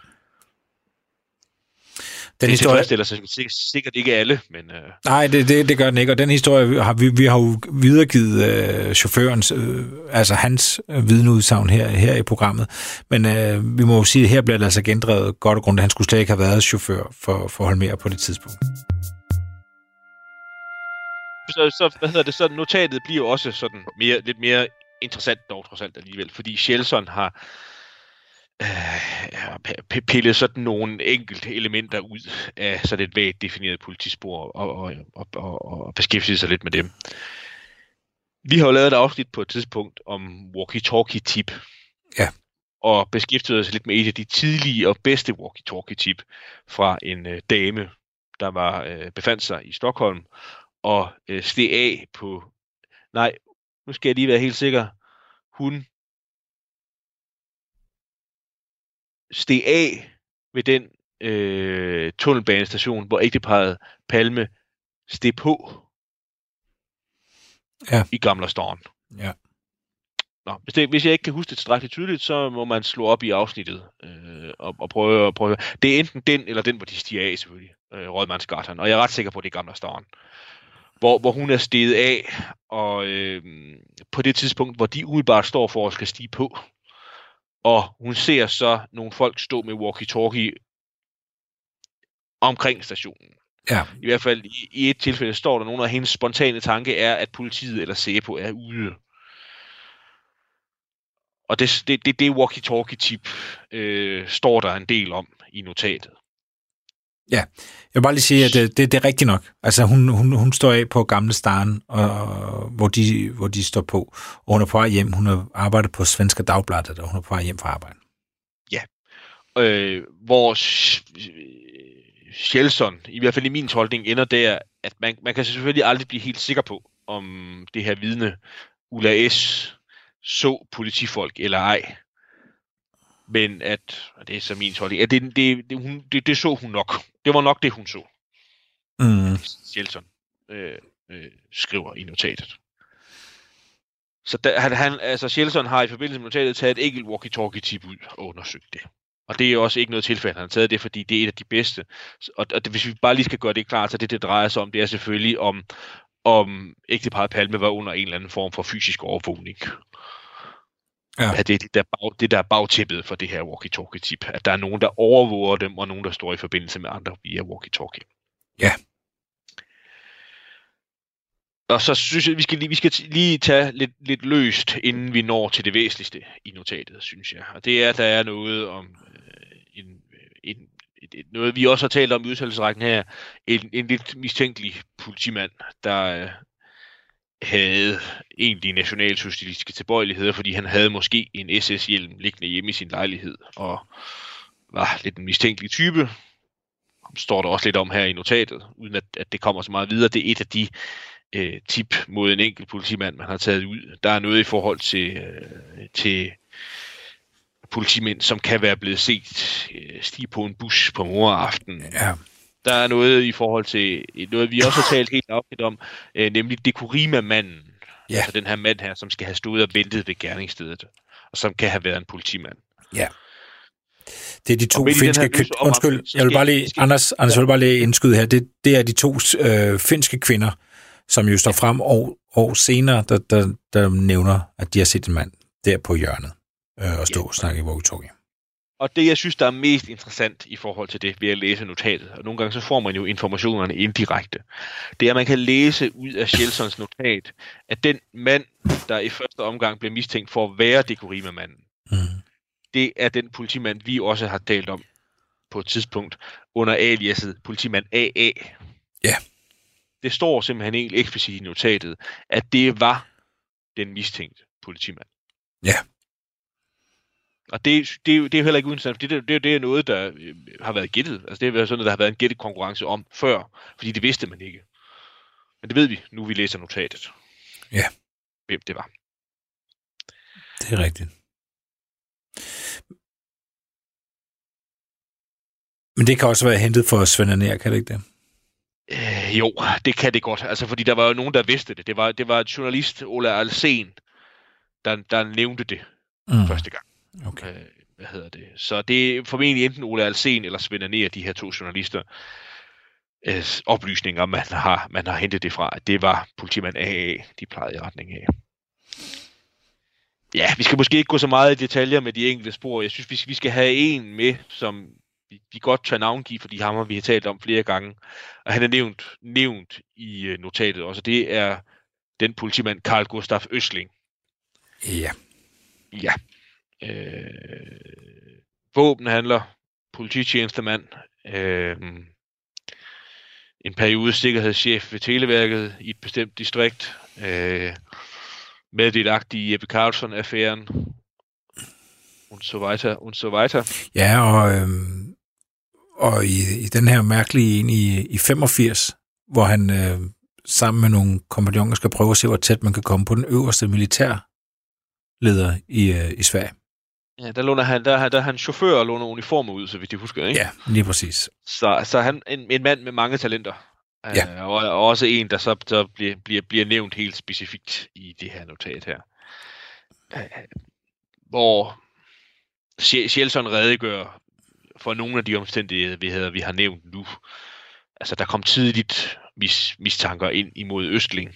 Den historie stiller sig sikkert ikke alle, men... Nej, det gør den ikke, og den historie har vi har jo videregivet chaufførens, altså hans vidneudsagn her i programmet, men vi må jo sige, at her bliver det altså gendrevet godt og grundigt. Han skulle slet ikke have været chauffør for Holmér på det tidspunkt. Så notatet bliver jo også sådan lidt mere interessant dog trods alt alligevel, fordi Schelson har pille sådan nogle enkelte elementer ud af sådan et vagt defineret politispor og beskæftige sig lidt med dem. Vi har jo lavet et afsnit på et tidspunkt om walkie-talkie-tip. Ja. Og beskæftiget os lidt med et af de tidlige og bedste walkie-talkie-tip fra en dame, der befandt sig i Stockholm og steg af på... Nej, nu skal jeg lige være helt sikker. Hun steg af ved den tunnelbanestation, hvor ægteparret Palme steg på i Gamla stan. Ja. Nå, hvis jeg ikke kan huske det tilstrækkeligt tydeligt, så må man slå op i afsnittet og prøve. Det er enten den, eller den, hvor de stiger af selvfølgelig, Rådmandsgatan, og jeg er ret sikker på, at det er Gamla stan. Hvor hun er steget af, og på det tidspunkt, hvor de umiddelbart står for at skal stige på, og hun ser så nogle folk stå med walkie-talkie omkring stationen. Ja. I hvert fald i et tilfælde står der nogen, og hendes spontane tanke er, at politiet eller SEPO er ude. Og det walkie-talkie-tip står der en del om i notatet. Ja, jeg vil bare lige sige, at det er rigtigt nok. Altså hun står af på Gamle Stan, hvor de står på, og hun er på vej hjem. Hun har arbejdet på Svenska Dagbladet, og hun er på vej hjem fra arbejde. Ja, hvor Schelson, i hvert fald i min tolkning, ender der, at man kan selvfølgelig aldrig blive helt sikker på, om det her vidne, Ulla S., så politifolk eller ej. Men og det er så min tolkning, at det så hun nok. Det var nok det, hun så. Schelson skriver i notatet. Så Schelson har i forbindelse med notatet taget et enkelt walkie-talkie-tip ud og undersøgt det. Og det er også ikke noget tilfælde, han har taget det, fordi det er et af de bedste. Og hvis vi bare lige skal gøre det klart, så det drejer sig om, det er selvfølgelig om ægteparret Palme var under en eller anden form for fysisk overvågning. Ja. At det der er bagtippet for det her walkie-talkie-tip. At der er nogen, der overvåger dem, og nogen, der står i forbindelse med andre via walkie-talkie. Ja. Og så synes jeg, vi skal lige tage lidt løst, inden vi når til det væsentligste i notatet, synes jeg. Og det er, at der er noget om noget, vi også har talt om i udtalelsesrækken her. En lidt mistænkelig politimand, der havde egentlig nationalsocialistiske tilbøjeligheder, fordi han havde måske en SS-hjelm liggende hjemme i sin lejlighed, og var lidt en mistænkelig type. Står der også lidt om her i notatet, uden at det kommer så meget videre. Det er et af de tip mod en enkelt politimand, man har taget ud. Der er noget i forhold til politimænd, som kan være blevet set stige på en bus på morgenaften. Ja. Der er noget i forhold til noget, vi også har talt helt afsnit om, nemlig Dekorima-manden. Ja. Altså den her mand her, som skal have stået og ventet ved gerningsstedet, og som kan have været en politimand. Ja. Det er de to finske kvinder. Undskyld, jeg vil bare lige, Anders, jeg vil bare lige indskyde her. Det er de to finske kvinder, som jo står frem år senere, der nævner, at de har set en mand der på hjørnet og stå og snakke i walkie-talkie. Og det, jeg synes, der er mest interessant i forhold til det, ved at læse notatet, og nogle gange så får man jo informationerne indirekte, det er, at man kan læse ud af Schelsons notat, at den mand, der i første omgang blev mistænkt for at være Dekorima-manden, det er den politimand, vi også har talt om på et tidspunkt, under aliaset politimand AA. Ja. Det står simpelthen helt eksplicit i notatet, at det var den mistænkte politimand. Ja. Og det er jo heller ikke uinteressant, for det er noget, der har været gættet. Altså det er sådan, der har været en gættekonkurrence om før, fordi det vidste man ikke. Men det ved vi, nu vi læser notatet. Ja. Hvem det var. Det er rigtigt. det kan også være hentet for Svend Anér, kan det ikke det? Jo, det kan det godt. Altså, fordi der var jo nogen, der vidste det. Det var journalist, Ola Alsen, der nævnte det første gang. Okay. Hvad hedder det? Så det er formentlig enten Ola Alsen eller Svend Anér, de her to journalister, oplysninger, man har hentet det fra, at det var politimand AA, de plejede i retning af. Ja, vi skal måske ikke gå så meget i detaljer med de enkelte spor. Jeg synes, vi skal have en med, som vi godt tør navngive, fordi ham har vi talt om flere gange. Og han er nævnt i notatet også. Det er den politimand Carl Gustaf Østling. Ja. Ja. Våbenhandler, polititjenestemand, en periode sikkerhedschef ved Televærket i et bestemt distrikt, meddelagtig i Jeppe Carlsson-affæren, und so weiter. Ja, og i den her mærkelige en i 85, hvor han sammen med nogle kompagnoner skal prøve at se, hvor tæt man kan komme på den øverste militærleder i Sverige. Ja, der er han chauffør og låner uniformer ud, så vidt jeg husker, ikke? Ja, lige præcis. Så han en mand med mange talenter. Ja. Og også en, der så bliver nævnt helt specifikt i det her notat her. Hvor Kjelsson redegør for nogle af de omstændigheder, vi har nævnt nu. Altså, der kom tidligt mistanker ind imod Østling.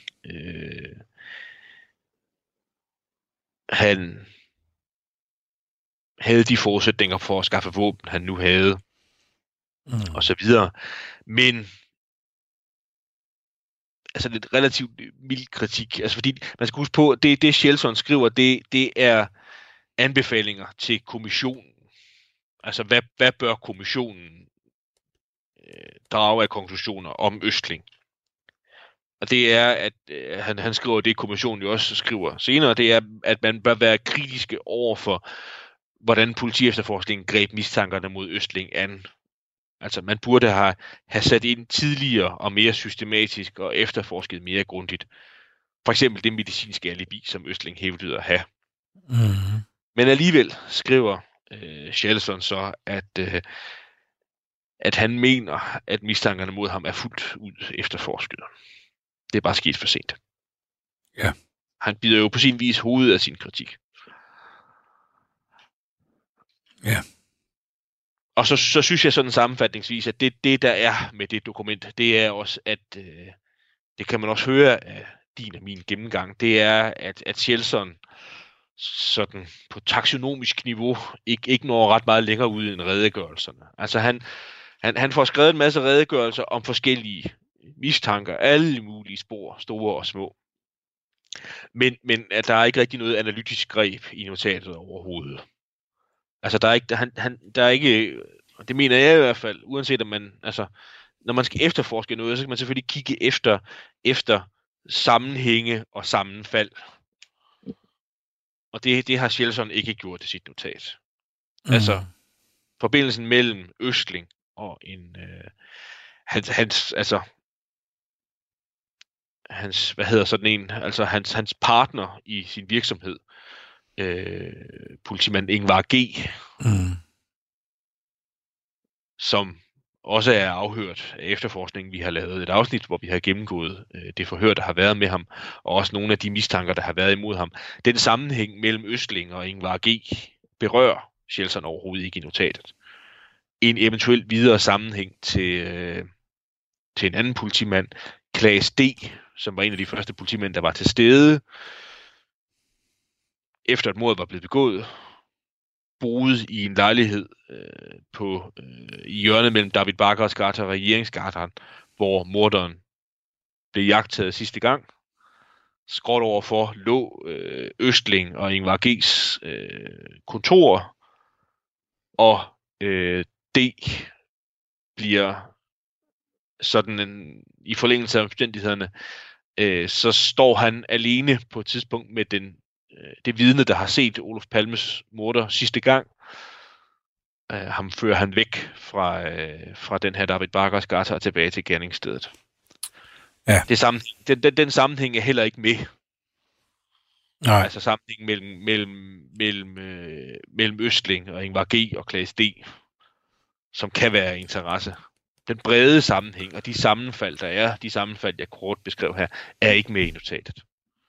Han havde de forudsætninger for at skaffe våben, han nu havde, og så videre. Men altså det er relativt mild kritik. Altså fordi man skal huske på, at det Kjelsson skriver, det er anbefalinger til kommissionen. Altså hvad bør kommissionen drage af konklusioner om Østling? Og det er, at han skriver det, kommissionen jo også skriver senere, det er, at man bør være kritiske over for, hvordan politiefterforskningen greb mistankerne mod Østling an. Altså, man burde have sat ind tidligere og mere systematisk og efterforsket mere grundigt. For eksempel det medicinske alibi, som Østling hævdede at have. Mm-hmm. Men alligevel skriver Kjelsson så, at han mener, at mistankerne mod ham er fuldt ud efterforsket. Det er bare sket for sent. Ja. Han bider jo på sin vis hovedet af sin kritik. Ja. Og så synes jeg sådan sammenfatningsvis, at det der er med det dokument, det er også, at det kan man også høre af din og min gennemgang, det er, at Kjelsson sådan på taksonomisk niveau ikke når ret meget længere ud end redegørelserne. Altså han får skrevet en masse redegørelser om forskellige mistanker, alle mulige spor, store og små. Men at der er ikke rigtig noget analytisk greb i notatet overhovedet. Altså der er ikke, det mener jeg i hvert fald, uanset om man, altså når man skal efterforske noget, så skal man selvfølgelig kigge efter sammenhænge og sammenfald. Og det har Kjelsson ikke gjort i sit notat. Altså forbindelsen mellem Østling og hans partner i sin virksomhed, politimand Ingvar G, som også er afhørt af efterforskningen. Vi har lavet et afsnit, hvor vi har gennemgået det forhør, der har været med ham, og også nogle af de mistanker, der har været imod ham. Den sammenhæng mellem Østling og Ingvar G berører Kjelsson overhovedet ikke i notatet. En eventuel videre sammenhæng til en anden politimand, Claes D., som var en af de første politimænd, der var til stede, efter at mordet var blevet begået, boede i en lejlighed i hjørnet mellem David Bagaard Gata og Regeringsgatan, hvor morderen blev jagtet sidste gang. Skråt overfor lå Østling og Ingvar G's kontor, og D bliver sådan i forlængelse af omstændighederne, så står han alene på et tidspunkt med det vidne, der har set Olof Palmes morder sidste gang. Ham fører han væk fra den her David Bagaard Gata og tilbage til gerningsstedet. Ja. Den sammenhæng er heller ikke med. Nej. Altså sammenhængen mellem Østling og Ingvar G og Claes D. som kan være af interesse. Den brede sammenhæng og de sammenfald, der er, de sammenfald, jeg kort beskrev her, er ikke med i notatet.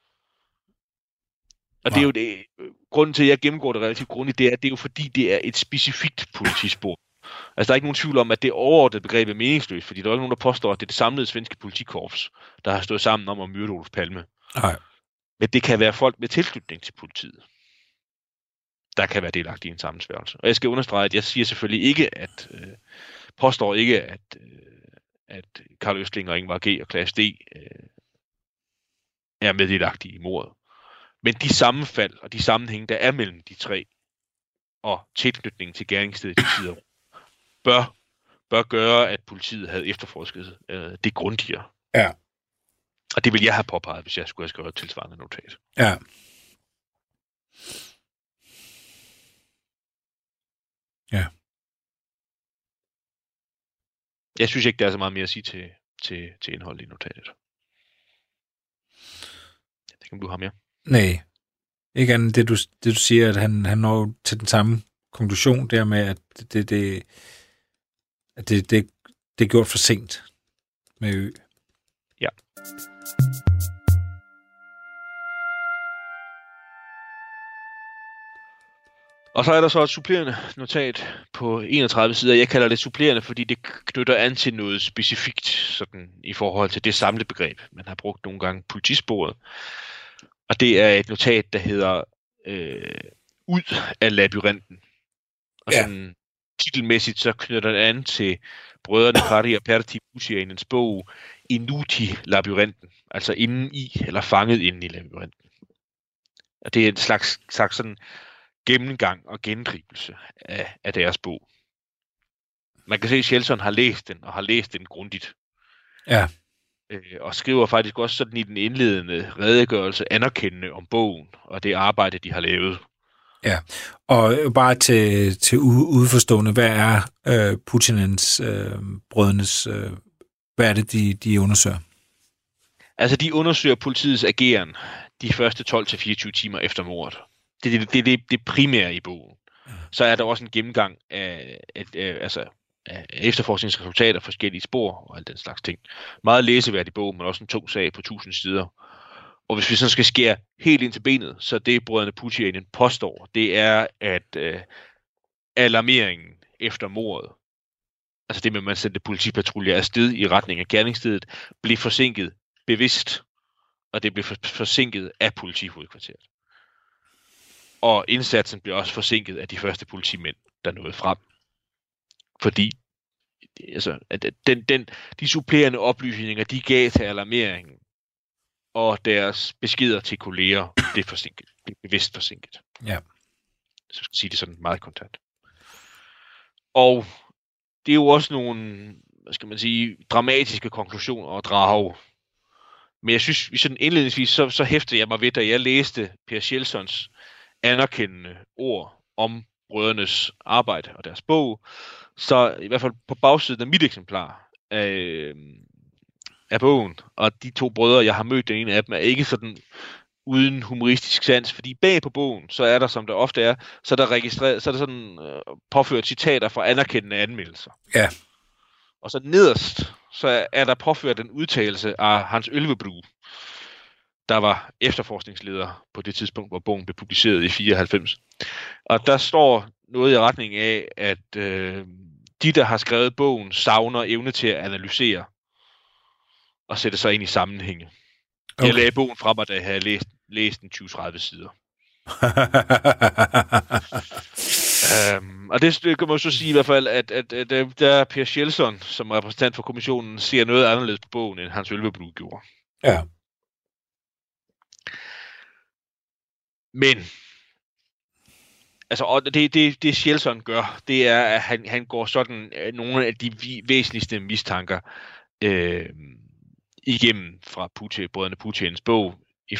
Og det er jo det, grunden til, at jeg gennemgår det relativt grundigt, det er jo fordi, det er et specifikt politispor. Altså, der er ikke nogen tvivl om, at det overordnede begreb er meningsløst, fordi der er ikke nogen, der påstår, at det er det samlede svenske politikorps, der har stået sammen om at myrde Olof Palme. Nej. Men det kan være folk med tilknytning til politiet, der kan være delagtige i en sammensværgelse. Og jeg skal understrege, at jeg siger selvfølgelig ikke, påstår ikke, at Carl Østling og Ingvar G. og Claes D. Er meddelagtige i mordet. Men de sammenfald og de sammenhænge, der er mellem de tre, og tilknytningen til gerningsstedet i tider, bør gøre, at politiet havde efterforsket det grundigere. Ja. Og det vil jeg have påpeget, hvis jeg skulle have skrevet et tilsvarende notat. Ja. Ja. Jeg synes ikke, der er så meget mere at sige til indholdet i notatet. Jeg tænker, om du har mere. Nej. Ikke andet det du siger, at han når til den samme konklusion der med, at det er gjort for sent med Ø. Ja. Og så er der så et supplerende notat på 31 sider. Jeg kalder det supplerende, fordi det knytter an til noget specifikt sådan, i forhold til det samlede begreb, man har brugt nogle gange politisporet. Og det er et notat, der hedder Ud af labyrinten. Og sådan titelmæssigt så knytter det an til brødrene Kari og Pertti Pusianens bog Inuti labyrinten. Altså inden i, eller fanget inden i labyrinten. Og det er en slags sådan gennemgang og gendrivelse af deres bog. Man kan se, at Kjellson har læst den, og har læst den grundigt. Ja. Og skriver faktisk også sådan i den indledende redegørelse anerkendende om bogen, og det arbejde, de har lavet. Ja, og bare til udforstående, hvad er Putinens brødrenes, hvad er det, de undersøger? Altså, de undersøger politiets ageren de første 12-24 timer efter mordet. Det er det primære i bogen. Så er der også en gennemgang af efterforskningsresultater, forskellige spor og alt den slags ting. Meget læseværdig bog, men også en tung sag på 1000 sider. Og hvis vi sådan skal skære helt ind til benet, så det brødrene Putin påstår, det er, at alarmeringen efter mordet, altså det med, at man sendte politipatruljer afsted i retning af gerningsstedet, blev forsinket bevidst, og det blev forsinket af politihovedkvarteret. Og indsatsen blev også forsinket af de første politimænd, der nåede frem. Fordi altså, at de supplerende oplysninger, de gav til alarmeringen, og deres beskeder til kolleger, det er forsinket. Det er bevidst forsinket. Ja. Så jeg skal sige det sådan meget kontant. Og det er jo også nogle, hvad skal man sige, dramatiske konklusioner at drage. Men jeg synes, vi sådan indledningsvis, så hæftede jeg mig ved, da jeg læste Per Kjellsons anerkendende ord om brødrenes arbejde og deres bog, så i hvert fald på bagsiden af mit eksemplar af bogen, og de to brødre, jeg har mødt, den ene af dem, er ikke sådan uden humoristisk sans, fordi bag på bogen, så er der, som der ofte er, så er der registreret, så er der sådan påført citater fra anerkendende anmeldelser. Ja. Og så nederst, så er der påført en udtalelse af Hans Ølvebro, der var efterforskningsleder på det tidspunkt, hvor bogen blev publiceret i 94. Og der står noget i retning af, at de, der har skrevet bogen, savner evne til at analysere og sætte sig ind i sammenhænge. Okay. Jeg lagde bogen fra mig, da jeg havde læst den 20-30 sider. Og det kan man så sige i hvert fald, at der Per Kjellson, som repræsentant for kommissionen, ser noget anderledes på bogen, end Hans Ølvebro gjorde. Ja. Men altså, og det Kjellson gør, det er, at han går sådan nogle af de væsentligste mistanker igennem fra brødrene Putins bog i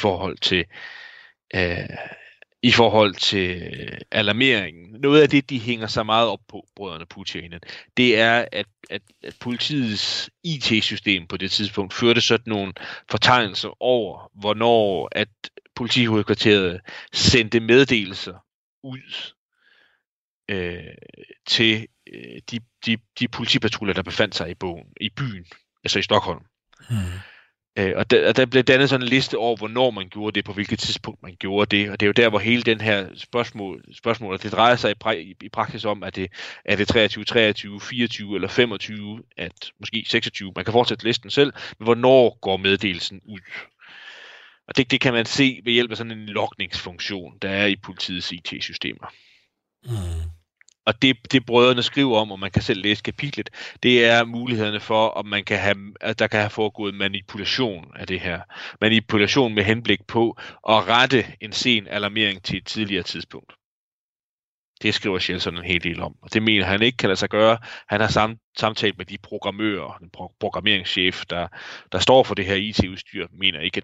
forhold til alarmeringen. Noget af det, de hænger sig meget op på, brødrene Putin, det er, at politiets IT-system på det tidspunkt førte sådan nogle fortegnelser over, hvornår at politihovedkvarteret sendte meddelelser ud til de politipatruljer, der befandt sig i byen, altså i Stockholm. Og der blev dannet sådan en liste over, hvornår man gjorde det, på hvilket tidspunkt man gjorde det, og det er jo der, hvor hele den her spørgsmål det drejer sig i praksis om, at er det 23, 23, 24 eller 25, at måske 26, man kan fortsætte listen selv, men hvornår går meddelelsen ud? Og det kan man se ved hjælp af sådan en logningsfunktion, der er i politiets IT-systemer. Og det brødrene skriver om, og man kan selv læse kapitlet, det er mulighederne for, at der kan have foregået manipulation af det her. Manipulation med henblik på at rette en sen alarmering til et tidligere tidspunkt. Det skriver Kjeldson en hel del om, og det mener han ikke kan lade sig gøre. Han har samtalt med de programmører, den programmeringschef, der står for det her IT-udstyr, mener ikke,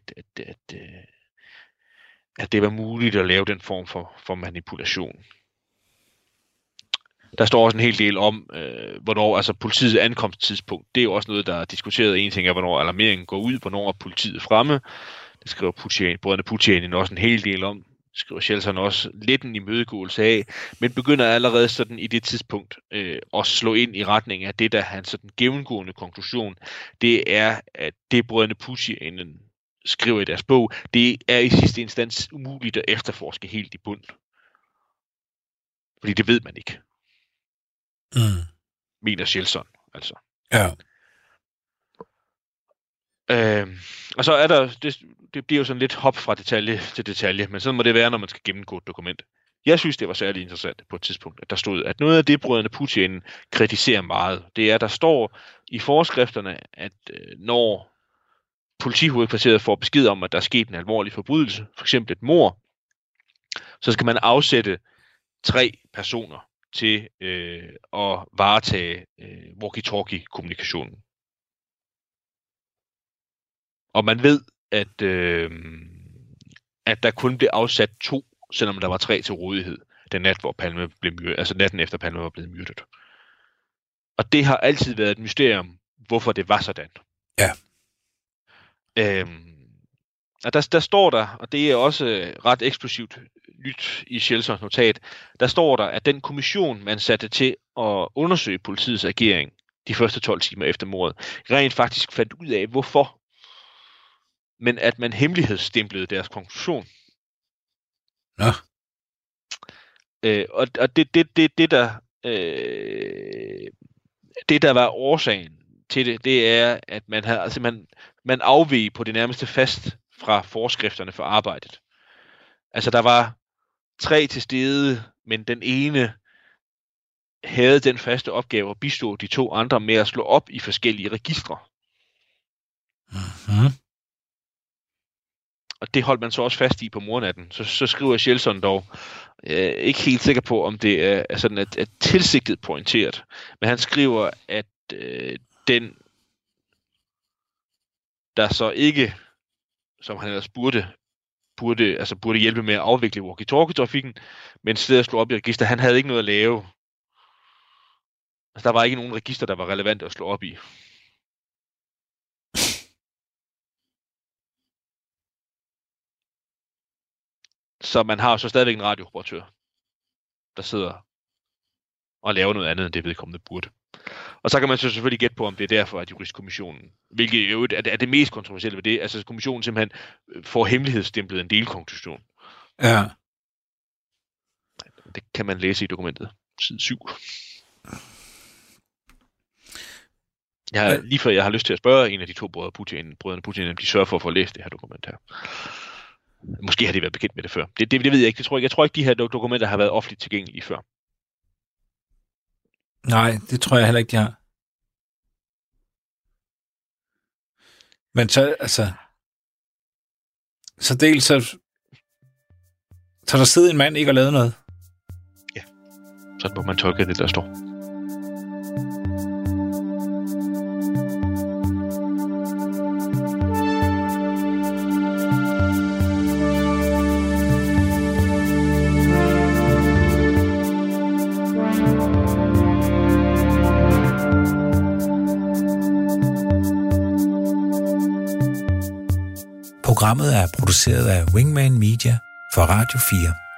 at det var muligt at lave den form for manipulation. Der står også en hel del om, hvornår, altså politiets ankomsttidspunkt, det er jo også noget, der er diskuteret. En ting er, hvornår alarmeringen går ud, hvornår er politiet fremme. Det skriver brødrene Putin også en hel del om. Det skriver Kjeldson også lidt en imødegåelse af, men begynder allerede sådan i det tidspunkt at slå ind i retning af det, der hans sådan gennemgående konklusion, det er, at det brødrene Putin skriver i deres bog, det er i sidste instans umuligt at efterforske helt i bund. Fordi det ved man ikke. Mener Kjeldson, altså. Ja. Og så er der, det bliver jo sådan lidt hop fra detalje til detalje, men sådan må det være, når man skal gennemgå et dokument. Jeg synes, det var særlig interessant på et tidspunkt, at der stod, at noget af det, brødrene Putin kritiserer meget, det er, at der står i forskrifterne, at når politihovedkvarteret får besked om, at der er sket en alvorlig forbrydelse, for eksempel et mord, så skal man afsætte 3 personer til at varetage walkie-talkie-kommunikationen. Og man ved, at der kun blev afsat 2, selvom der var 3 til rådighed, den nat, hvor Palme blev myrdet, altså natten efter Palme var blevet myrdet. Og det har altid været et mysterium, hvorfor det var sådan. Ja. Og der står der, og det er også ret eksplosivt nyt i Kjeldsons notat, der står der, at den kommission, man satte til at undersøge politiets agering de første 12 timer efter mordet, rent faktisk fandt ud af, hvorfor. Men at man hemmelighedsstemplede deres konklusion. Nå. Og det der var årsagen til det er, at man havde, altså man afveg på det nærmeste fast fra forskrifterne for arbejdet. Altså der var 3 til stede, men den ene havde den faste opgave at bistå de 2 andre med at slå op i forskellige registre. Mhm. Og det holdt man så også fast i på mordnatten. Så skriver Kjeldson dog, ikke helt sikker på, om det er sådan at tilsigtet pointeret, men han skriver, at den, der så ikke, som han ellers burde hjælpe med at afvikle walkie-talkie-trafikken, men i stedet at slå op i register, han havde ikke noget at lave. Altså, der var ikke nogen register, der var relevant at slå op i. Så man har jo så stadigvæk en radiooperatør, der sidder og laver noget andet, end det vedkommende burde. Og så kan man så selvfølgelig gætte på, om det er derfor, at juristkommissionen, hvilket jo er det mest kontroversielle ved det, altså kommissionen simpelthen får hemmelighedsstemplet en delkonklusion. Ja. Det kan man læse i dokumentet, side 7. Lige før jeg har lyst til at spørge en af de 2 brødrene Putin, om de sørger for at få læst det her dokument her. Måske har de været bekendt med det før. Det ved jeg ikke. Jeg tror ikke, de her dokumenter har været offentligt tilgængelige før. Nej, det tror jeg heller ikke, de har. Men så dels så der sidder en mand ikke og lavet noget. Ja, sådan må man tolke det, der står. Programmet er produceret af Wingman Media for Radio 4.